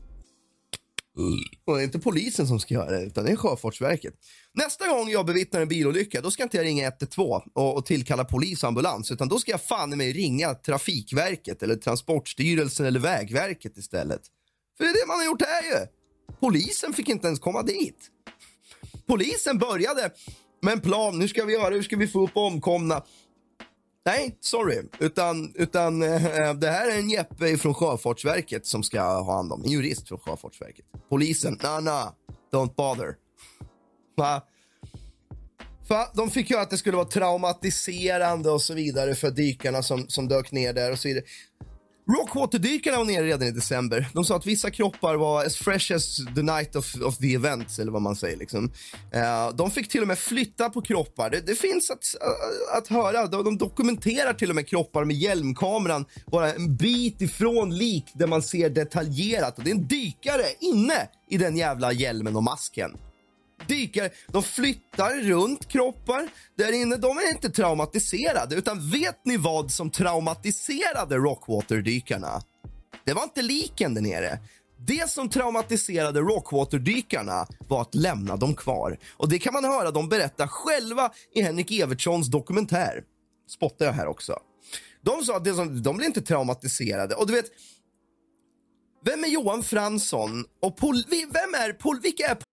och det är inte polisen som ska göra det, utan det är Sjöfartsverket. Nästa gång jag bevittnar en bilolycka, då ska inte jag ringa 112 och tillkalla polis och ambulans, utan då ska jag fan i mig ringa Trafikverket eller Transportstyrelsen eller Vägverket istället. För det är det man har gjort här ju. Polisen fick inte ens komma dit. Polisen började med en plan. Nu ska vi göra, hur ska vi få upp omkomna? Nej, sorry. Utan det här är en Jeppe från Sjöfartsverket som ska ha hand om. En jurist från Sjöfartsverket. Polisen, don't bother. För de fick ju att det skulle vara traumatiserande och så vidare för dykarna som dök ner där och så vidare. Rockwater-dykarna var nere redan i december. De sa att vissa kroppar var as fresh as the night of the events, eller vad man säger liksom. De fick till och med flytta på kroppar. Det finns att höra. De dokumenterar till och med kroppar med hjälmkameran bara en bit ifrån lik där man ser detaljerat. Och det är en dykare inne i den jävla hjälmen och masken. Dykare, de flyttar runt kroppar där inne. De är inte traumatiserade, utan vet ni vad som traumatiserade Rockwater-dykarna? Det var inte liken där nere. Det som traumatiserade Rockwater-dykarna var att lämna dem kvar. Och det kan man höra dem berätta själva i Henrik Evertssons dokumentär. Spottar jag här också. De sa att de blev inte traumatiserade. Och du vet, vem är Johan Fransson? Och vilka är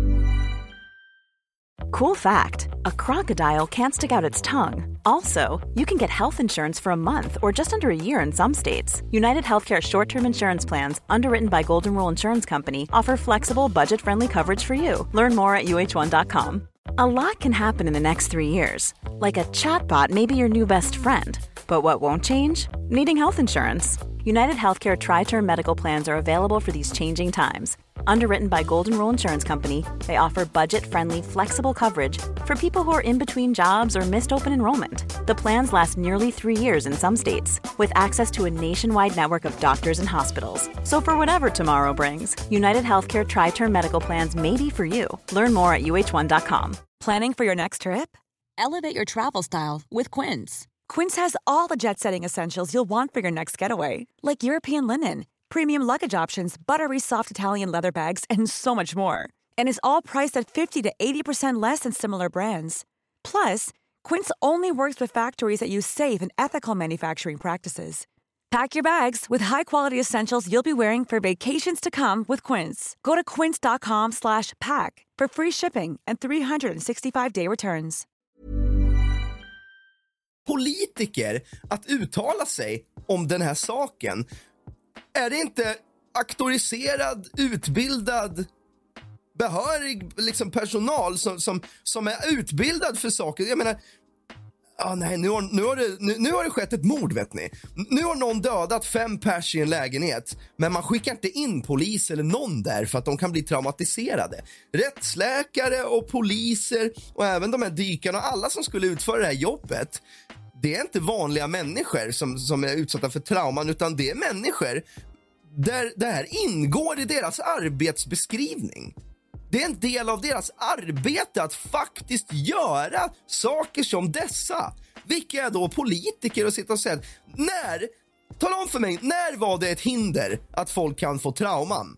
Cool fact, a crocodile can't stick out its tongue. Also, you can get health insurance for a month or just under a year in some states. United Healthcare short-term insurance plans, underwritten by Golden Rule Insurance Company, offer flexible, budget-friendly coverage for you. Learn more at uh1.com. A lot can happen in the next 3 years. Like a chatbot may be your new best friend. But what won't change? Needing health insurance. United Healthcare Tri-Term Medical Plans are available for these changing times. Underwritten by Golden Rule Insurance Company, they offer budget-friendly, flexible coverage for people who are in between jobs or missed open enrollment. The plans last nearly 3 years in some states, with access to a nationwide network of doctors and hospitals. So for whatever tomorrow brings, United Healthcare Tri-Term Medical Plans may be for you. Learn more at uh1.com. Planning for your next trip? Elevate your travel style with Quince. Quince has all the jet-setting essentials you'll want for your next getaway, like European linen, premium luggage options, buttery soft Italian leather bags, and so much more. And is all priced at 50 to 80% less than similar brands. Plus, Quince only works with factories that use safe and ethical manufacturing practices. Pack your bags with high-quality essentials you'll be wearing for vacations to come with Quince. Go to quince.com/pack for free shipping and 365-day returns. Politiker att uttala sig om den här saken? Är det inte auktoriserad, utbildad behörig liksom personal som är utbildad för saker. Jag menar, nu har det skett ett mord, vet ni. Nu har någon dödat 5 pers i en lägenhet, men man skickar inte in polis eller någon där för att de kan bli traumatiserade. Rättsläkare och poliser och även de här dykarna, alla som skulle utföra det här jobbet, det är inte vanliga människor som är utsatta för trauman, utan det är människor där det här ingår i deras arbetsbeskrivning. Det är en del av deras arbete att faktiskt göra saker som dessa. Vilka är då politiker och sitta och säga, tala om för mig, när var det ett hinder att folk kan få trauman?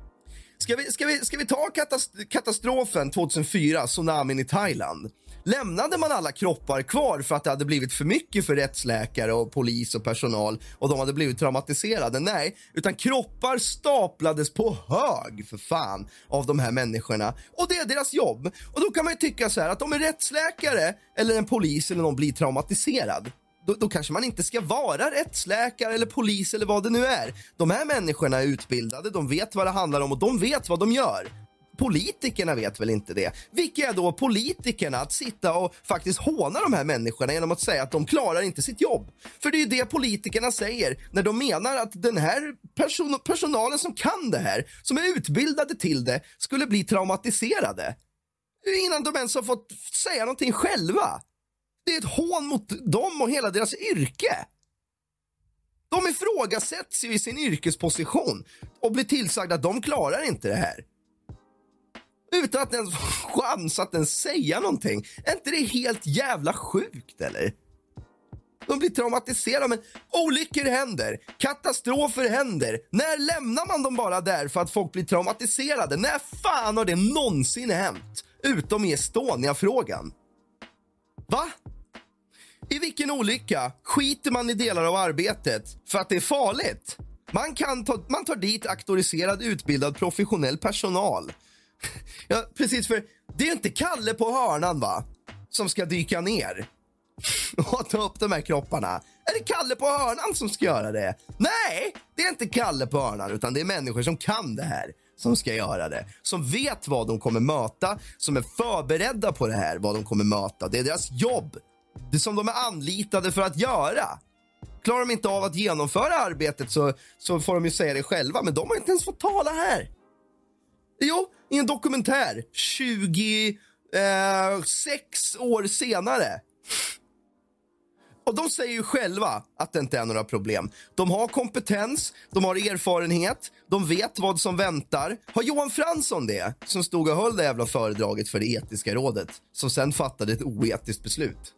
Ska vi ta katastrofen 2004, tsunamin i Thailand? Lämnade man alla kroppar kvar för att det hade blivit för mycket för rättsläkare och polis och personal och de hade blivit traumatiserade? Nej, utan kroppar staplades på hög för fan av de här människorna. Och det är deras jobb. Och då kan man ju tycka så här att om en rättsläkare eller en polis eller någon blir traumatiserad, då kanske man inte ska vara rättsläkare eller polis eller vad det nu är. De här människorna är utbildade, de vet vad det handlar om och de vet vad de gör. Politikerna vet väl inte det. Vilka är då politikerna att sitta och faktiskt håna de här människorna genom att säga att de klarar inte sitt jobb? För det är ju det politikerna säger när de menar att den här personalen som kan det här, som är utbildade till det, skulle bli traumatiserade. Innan de ens har fått säga någonting själva. Det är ett hån mot dem och hela deras yrke. De ifrågasätts ju i sin yrkesposition och blir tillsagda att de klarar inte det här. Utan att ens få chans att ens säga någonting. Är inte det helt jävla sjukt, eller? De blir traumatiserade, men olyckor händer. Katastrofer händer. När lämnar man dem bara där för att folk blir traumatiserade? När fan har det någonsin hänt? Utom i Estonia-frågan. Va? I vilken olycka skiter man i delar av arbetet för att det är farligt? Man tar dit auktoriserad, utbildad, professionell personal. Ja, precis, för det är inte Kalle på hörnan, va? Som ska dyka ner och ta upp de här kropparna. Är det Kalle på hörnan som ska göra det? Nej, det är inte Kalle på hörnan, utan det är människor som kan det här som ska göra det. Som vet vad de kommer möta, som är förberedda på det här, vad de kommer möta. Det är deras jobb. Det är som de är anlitade för att göra. Klarar de inte av att genomföra arbetet så får de ju säga det själva, men de har inte ens fått tala här. Jo, i en dokumentär 26 år senare. Och de säger ju själva att det inte är några problem. De har kompetens, de har erfarenhet, de vet vad som väntar. Har Johan Fransson det, som stod och höll det jävla föredraget för det etiska rådet, som sen fattade ett oetiskt beslut?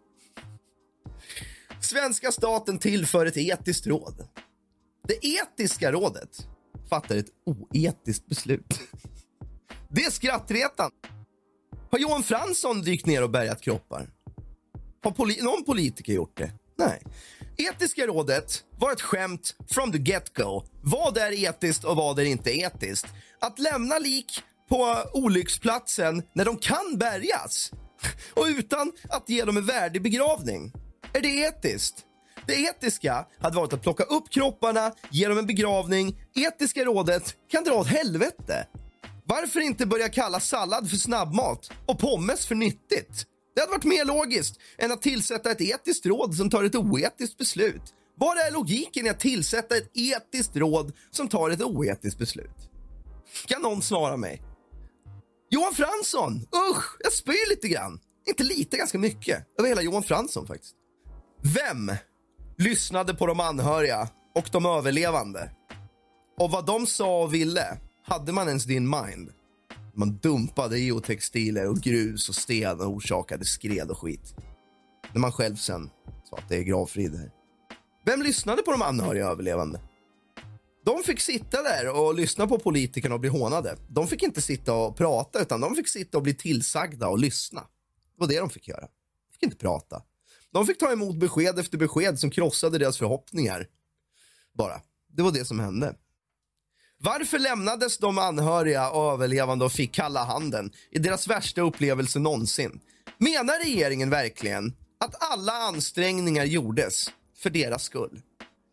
Svenska staten tillför ett etiskt råd. Det etiska rådet fattar ett oetiskt beslut. Det är skrattretan. Har Johan Fransson dykt ner och bärgat kroppar? Har någon politiker gjort det? Nej. Etiska rådet var ett skämt from the get-go. Vad är etiskt och vad är inte etiskt? Att lämna lik på olycksplatsen när de kan bärgas och utan att ge dem en värdig begravning. Är det etiskt? Det etiska hade varit att plocka upp kropparna, ge dem en begravning. Etiska rådet kan dra åt helvete. Varför inte börja kalla sallad för snabbmat och pommes för nyttigt? Det hade varit mer logiskt än att tillsätta ett etiskt råd som tar ett oetiskt beslut. Vad är logiken i att tillsätta ett etiskt råd som tar ett oetiskt beslut? Kan någon svara mig? Johan Fransson! Usch, jag spyr lite grann. Inte lite, ganska mycket. Över hela Johan Fransson faktiskt. Vem lyssnade på de anhöriga och de överlevande? Och vad de sa och ville, hade man ens din mind? Man dumpade geotextiler och grus och sten och orsakade skred och skit. När man själv sen sa att det är gravfrid här. Vem lyssnade på de anhöriga och överlevande? De fick sitta där och lyssna på politikerna och bli hånade. De fick inte sitta och prata, utan de fick sitta och bli tillsagda och lyssna. Det var det de fick göra. De fick inte prata. De fick ta emot besked efter besked som krossade deras förhoppningar. Bara. Det var det som hände. Varför lämnades de anhöriga och överlevande och fick kalla handen i deras värsta upplevelse någonsin? Menar regeringen verkligen att alla ansträngningar gjordes för deras skull?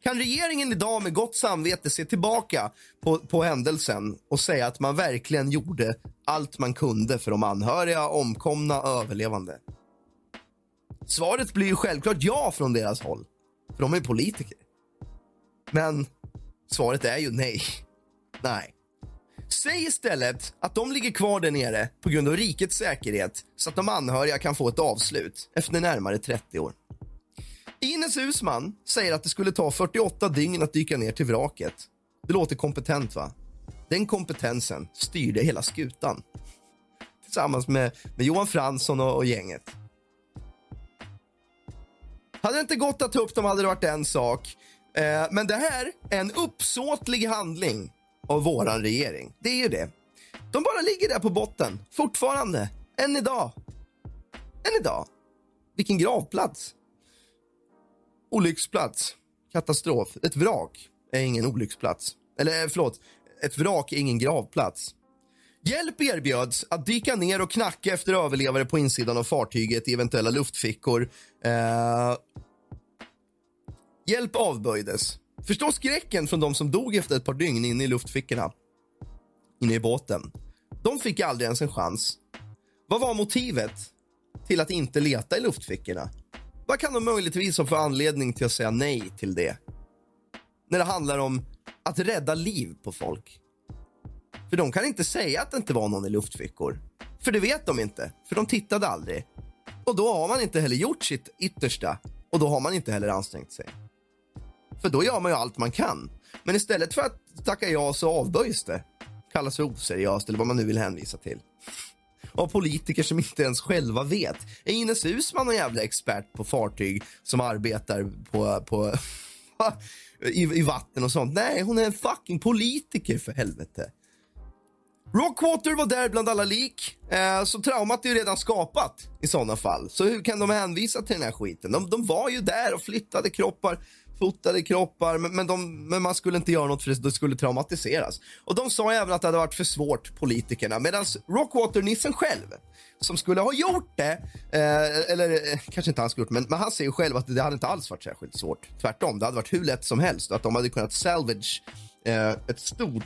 Kan regeringen idag med gott samvete se tillbaka på händelsen och säga att man verkligen gjorde allt man kunde för de anhöriga, omkomna, överlevande? Svaret blir ju självklart ja från deras håll, för de är politiker. Men svaret är ju nej. Nej. Säg istället att de ligger kvar där nere på grund av rikets säkerhet så att de anhöriga kan få ett avslut efter närmare 30 år. Ines Uusmann säger att det skulle ta 48 dygn att dyka ner till vraket. Det låter kompetent, va? Den kompetensen styrde hela skutan. Tillsammans med Johan Fransson och gänget. Hade det inte gått att ta upp dem hade det varit en sak. Men det här är en uppsåtlig handling av våran regering. Det är ju det. De bara ligger där på botten. Fortfarande. Än idag. Vilken gravplats. Olycksplats. Katastrof. Ett vrak är ingen olycksplats. Eller förlåt. Ett vrak är ingen gravplats. Hjälp erbjöds att dyka ner och knacka efter överlevare på insidan av fartyget i eventuella luftfickor. Hjälp avböjdes. Förstå skräcken från de som dog efter ett par dygn inne i luftfickorna. Inne i båten. De fick aldrig ens en chans. Vad var motivet till att inte leta i luftfickorna? Vad kan de möjligtvis ha för anledning till att säga nej till det? När det handlar om att rädda liv på folk. För de kan inte säga att det inte var någon i luftfickor. För det vet de inte. För de tittade aldrig. Och då har man inte heller gjort sitt yttersta. Och då har man inte heller ansträngt sig. För då gör man ju allt man kan. Men istället för att tacka ja så avböjs det. Kallas för oseriöst eller vad man nu vill hänvisa till. Och politiker som inte ens själva vet. Är Ines Uusmann en jävla expert på fartyg som arbetar på i vatten och sånt? Nej, hon är en fucking politiker för helvete. Rockwater var där bland alla lik. Så traumat är ju redan skapat i sådana fall. Så hur kan de hänvisa till den här skiten? De var ju där och flyttade kroppar, fotade kroppar, men man skulle inte göra något för det skulle traumatiseras. Och de sa även att det hade varit för svårt, politikerna. Medan Rockwater-nissen själv, som skulle ha gjort det, eller kanske inte han skulle gjort, men han säger själv att det hade inte alls varit särskilt svårt. Tvärtom, det hade varit hur lätt som helst. Att de hade kunnat salvage ett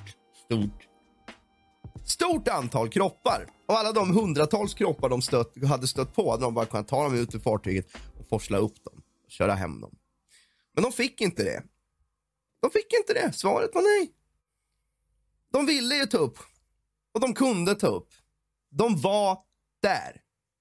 stort antal kroppar. Och alla de hundratals kroppar de hade stött på hade de bara kunnat ta dem ut ur fartyget och forsla upp dem och köra hem dem. Men de fick inte det. Svaret var nej. De ville ju ta upp. Och de kunde ta upp. De var där.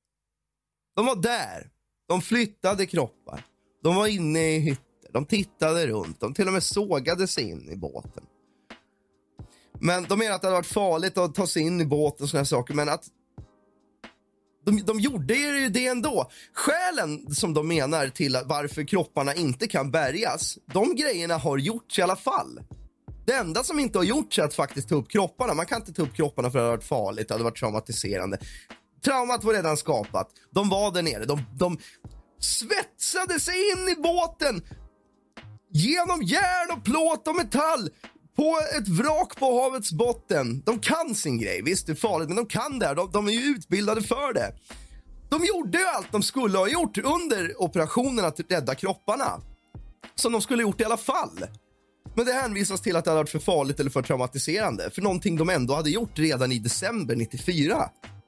De flyttade kroppar. De var inne i hytter. De tittade runt. De till och med sågade sig in i båten. Men de menar att det hade varit farligt att ta sig in i båten och såna här saker. Men att de gjorde ju det ändå. Skälen som de menar till varför kropparna inte kan bärgas, de grejerna har gjorts i alla fall. Det enda som inte har gjorts är att faktiskt ta upp kropparna. Man kan inte ta upp kropparna för att det hade varit farligt. Det hade varit traumatiserande. Traumat var redan skapat. De var där nere. De svetsade sig in i båten genom järn och plåt och metall på ett vrak på havets botten. De kan sin grej. Visst, det är farligt, men de kan det. De är ju utbildade för det. De gjorde ju allt de skulle ha gjort under operationen att rädda kropparna. Som de skulle ha gjort i alla fall. Men det hänvisas till att det hade varit för farligt eller för traumatiserande. För någonting de ändå hade gjort redan i december 94.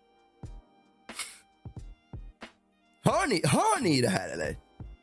Hör ni det här eller?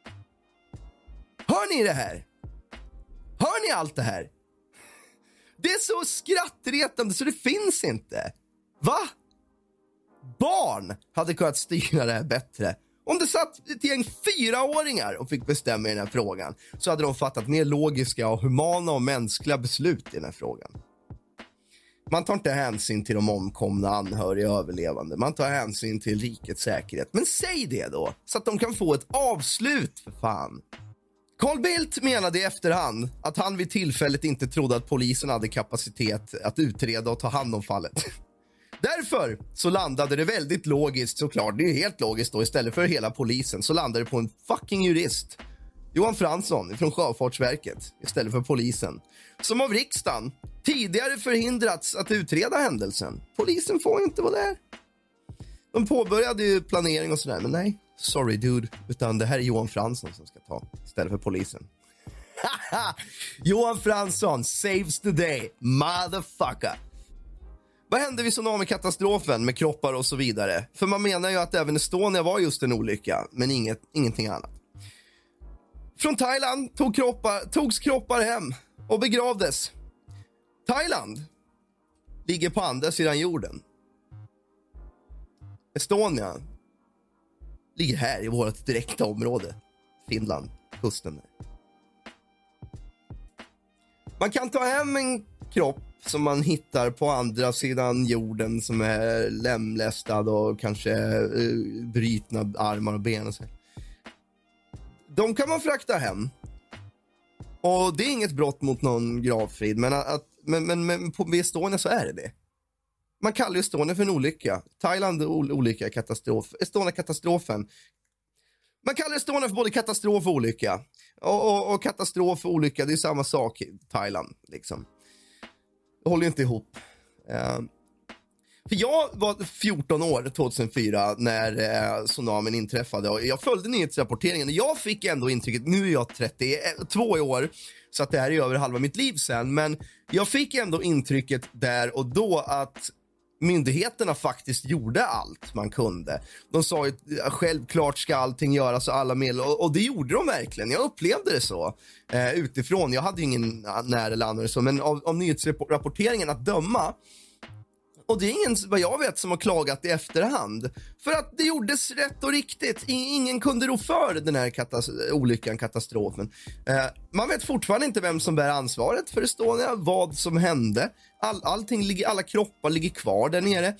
Hör ni det här? Hör ni allt det här? Det är så skrattretande så det finns inte. Va? Barn hade kunnat styra det här bättre. Om det satt ett gäng 4-åringar och fick bestämma i den här frågan så hade de fattat mer logiska och humana och mänskliga beslut i den här frågan. Man tar inte hänsyn till de omkomna, anhöriga och överlevande. Man tar hänsyn till rikets säkerhet. Men säg det då, så att de kan få ett avslut för fan. Carl Bildt menade i efterhand att han vid tillfället inte trodde att polisen hade kapacitet att utreda och ta hand om fallet. Därför så landade det väldigt logiskt, såklart, det är helt logiskt då, istället för hela polisen så landade det på en fucking jurist. Johan Fransson från Sjöfartsverket istället för polisen. Som av riksdagen tidigare förhindrats att utreda händelsen. Polisen får inte vara där. De påbörjade ju planering och sådär, men nej. Sorry dude, utan det här är Johan Fransson som ska ta istället för polisen. Johan Fransson saves the day, motherfucker. Vad hände vid tsunamikatastrofen med kroppar och så vidare? För man menar ju att även Estonia var just en olycka, men ingenting annat. Från Thailand togs kroppar hem och begravdes. Thailand ligger på andra sidan jorden. Estonia ligger här i vårt direkta område. Finland, kusten där. Man kan ta hem en kropp som man hittar på andra sidan jorden som är lemlästad och kanske brytna armar och ben och så. De kan man frakta hem. Och det är inget brott mot någon gravfrid, men på Estonia så är det. Man kallar ju Estonia för en olycka. Thailand olycka, katastrof. Estonia-katastrofen. Man kallar Estonia för både katastrof och olycka. Och katastrof och olycka, det är samma sak i Thailand liksom. Det håller ju inte ihop. För jag var 14 år 2004 när tsunamin inträffade och jag följde nyhetsrapporteringen och jag fick ändå intrycket, nu är jag 32 år så att det här är över halva mitt liv sen, men jag fick ändå intrycket där och då att myndigheterna faktiskt gjorde allt man kunde. De sa ju självklart ska allting göras och alla medel, och det gjorde de verkligen. Jag upplevde det så utifrån. Jag hade ju ingen nära land eller så, men av nyhetsrapporteringen att döma. Och det är ingen, vad jag vet, som har klagat i efterhand. För att det gjordes rätt och riktigt. Ingen kunde rå för den här katastrofen. Man vet fortfarande inte vem som bär ansvaret för Estonia, vad som hände. Alla kroppar ligger kvar där nere.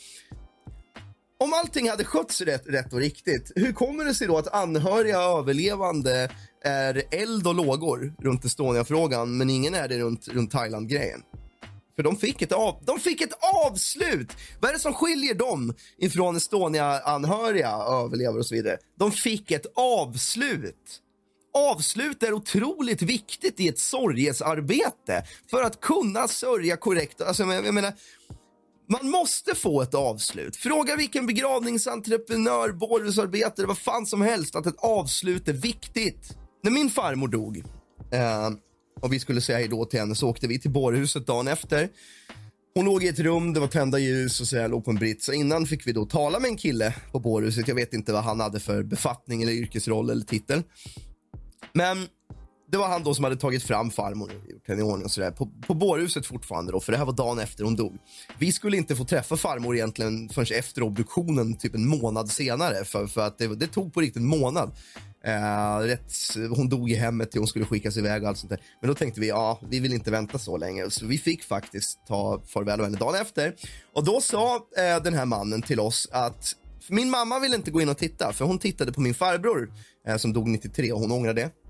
Om allting hade skötts rätt och riktigt, hur kommer det sig då att anhöriga överlevande är eld och lågor runt Estonia-frågan, men ingen är det runt Thailand-grejen? För de fick ett avslut. Vad är det som skiljer dem ifrån Estonia-anhöriga, överlevare och så vidare? De fick ett avslut. Avslut är otroligt viktigt i ett sorgesarbete för att kunna sörja korrekt. Alltså, jag menar, man måste få ett avslut. Fråga vilken begravningsentreprenör, borrhusarbetare, vad fan som helst, att ett avslut är viktigt. När min farmor dog och vi skulle säga hej då till henne, så åkte vi till borrhuset dagen efter. Hon låg i ett rum, det var tända ljus och så jag låg på en brits. Innan fick vi då tala med en kille på borrhuset. Jag vet inte vad han hade för befattning eller yrkesroll eller titel. Men det var han då som hade tagit fram farmor och gjort henne i ordning och sådär. På bårhuset fortfarande då, för det här var dagen efter hon dog. Vi skulle inte få träffa farmor egentligen förrän efter obduktionen, typ en månad senare. För att det tog på riktigt en månad. Hon dog i hemmet till hon skulle skickas iväg och allt sånt där. Men då tänkte vi, vi vill inte vänta så länge. Så vi fick faktiskt ta farväl av henne dagen efter. Och då sa den här mannen till oss att min mamma ville inte gå in och titta, för hon tittade på min farbror som dog 93 och hon ångrade det.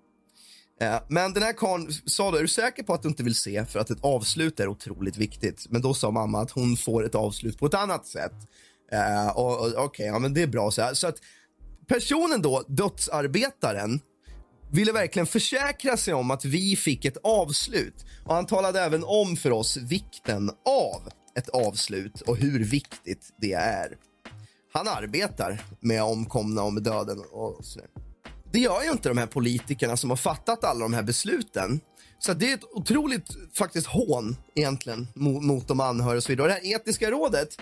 Men den här karln sa då, är du säker på att du inte vill se, för att ett avslut är otroligt viktigt. Men då sa mamma att hon får ett avslut på ett annat sätt. Okej, ja, men det är bra så att personen då, dödsarbetaren, ville verkligen försäkra sig om att vi fick ett avslut. Och han talade även om för oss vikten av ett avslut och hur viktigt det är. Han arbetar med omkomna och med döden och sådär. Det gör ju inte de här politikerna som har fattat alla de här besluten. Så det är ett otroligt faktiskt hån egentligen mot de anhöriga och så vidare. Och det här etiska rådet,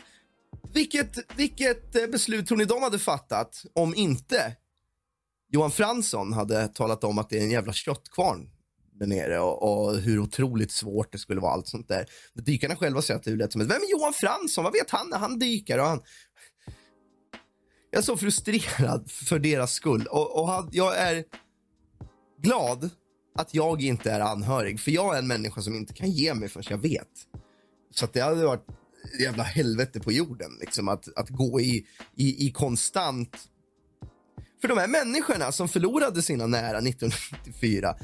vilket beslut tror ni de hade fattat om inte Johan Fransson hade talat om att det är en jävla köttkvarn där nere och hur otroligt svårt det skulle vara, allt sånt där. Dykarna själva säger att det är lätt som ett, vem är Johan Fransson? Vad vet han när han dyker? Och jag är så frustrerad för deras skull. Och jag är glad att jag inte är anhörig. För jag är en människa som inte kan ge mig förrän jag vet. Så att det hade varit jävla helvete på jorden. Liksom, att gå i konstant... För de här människorna som förlorade sina nära 1994...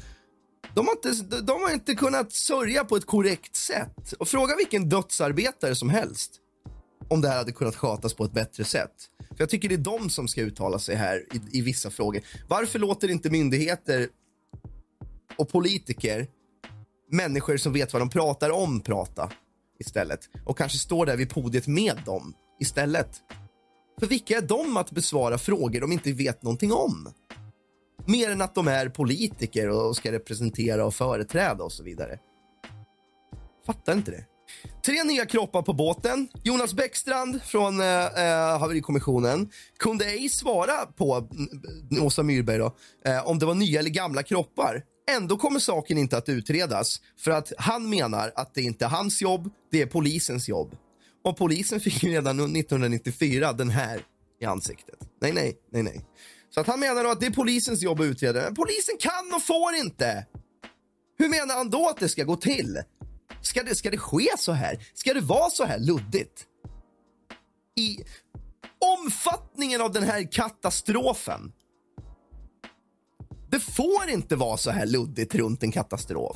De har inte kunnat sörja på ett korrekt sätt. Och fråga vilken dödsarbetare som helst om det här hade kunnat skötas på ett bättre sätt. För jag tycker det är de som ska uttala sig här i vissa frågor. Varför låter inte myndigheter och politiker, människor som vet vad de pratar om, prata istället? Och kanske står där vid podiet med dem istället. För vilka är de att besvara frågor de inte vet någonting om? Mer än att de är politiker och ska representera och företräda och så vidare. Fattar inte det. 3 nya kroppar på båten. Jonas Bäckstrand från haverikommissionen kunde ej svara på Åsa Myrberg då, om det var nya eller gamla kroppar. Ändå kommer saken inte att utredas för att han menar att det inte är hans jobb, det är polisens jobb. Och polisen fick ju redan 1994 den här i ansiktet. Nej. Så att han menar då att det är polisens jobb att utreda. Men polisen kan och får inte. Hur menar han då att det ska gå till? Ska det ske så här? Ska det vara så här luddigt? I omfattningen av den här katastrofen. Det får inte vara så här luddigt runt en katastrof.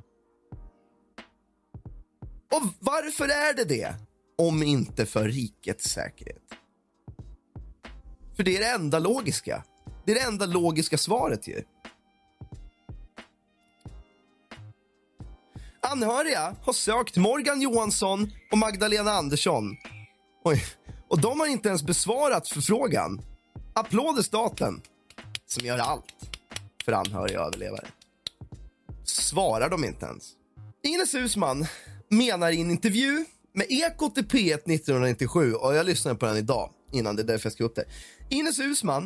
Och varför är det? Om inte för rikets säkerhet. För det är det enda logiska. Det är det enda logiska svaret ju. Anhöriga har sökt Morgan Johansson och Magdalena Andersson. Och de har inte ens besvarat förfrågan. Applåder staten som gör allt för anhöriga överlevare. Svarar de inte ens. Ines Uusmann menar i en intervju med Ekot i P1 1997, och jag lyssnade på den idag innan, det är därför jag ska upp det. Ines Uusmann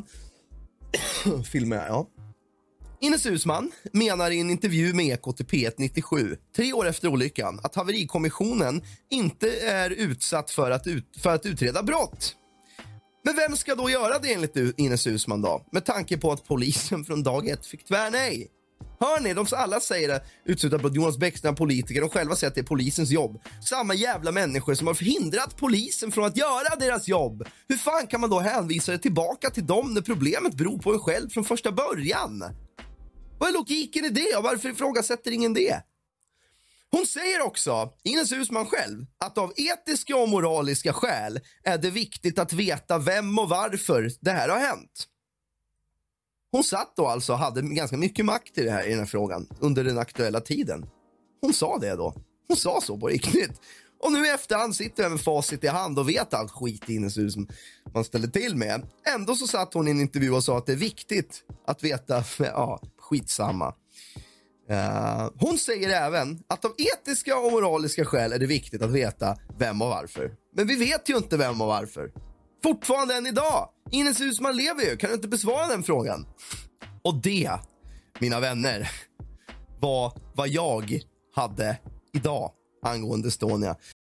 Ines Uusmann menar i en intervju med Ekot i P1 97, 3 år efter olyckan, att haverikommissionen inte är utsatt för att utreda brott. Men vem ska då göra det enligt Ines Uusmann då? Med tanke på att polisen från dag 1 fick tvärnej. Hör ni, de alla säger det, utslutat på Jonas Bäckstrand, politiker, och själva säger att det är polisens jobb. Samma jävla människor som har förhindrat polisen från att göra deras jobb. Hur fan kan man då hänvisa det tillbaka till dem när problemet beror på en själv från första början? Vad är logiken i det och varför ifrågasätter ingen det? Hon säger också, Ines Uusmann själv, att av etiska och moraliska skäl är det viktigt att veta vem och varför det här har hänt. Hon satt då alltså och hade ganska mycket makt i den här frågan under den aktuella tiden. Hon sa det då. Hon sa så på riktigt. Och nu i efterhand sitter jag med facit i hand och vet allt skit Ines Uusmann man ställer till med. Ändå så satt hon i en intervju och sa att det är viktigt att veta, skitsamma. Hon säger även att av etiska och moraliska skäl är det viktigt att veta vem och varför. Men vi vet ju inte vem och varför. Fortfarande än idag. Ines Uusmann lever ju. Kan du inte besvara den frågan? Och det, mina vänner, var vad jag hade idag angående Estonia.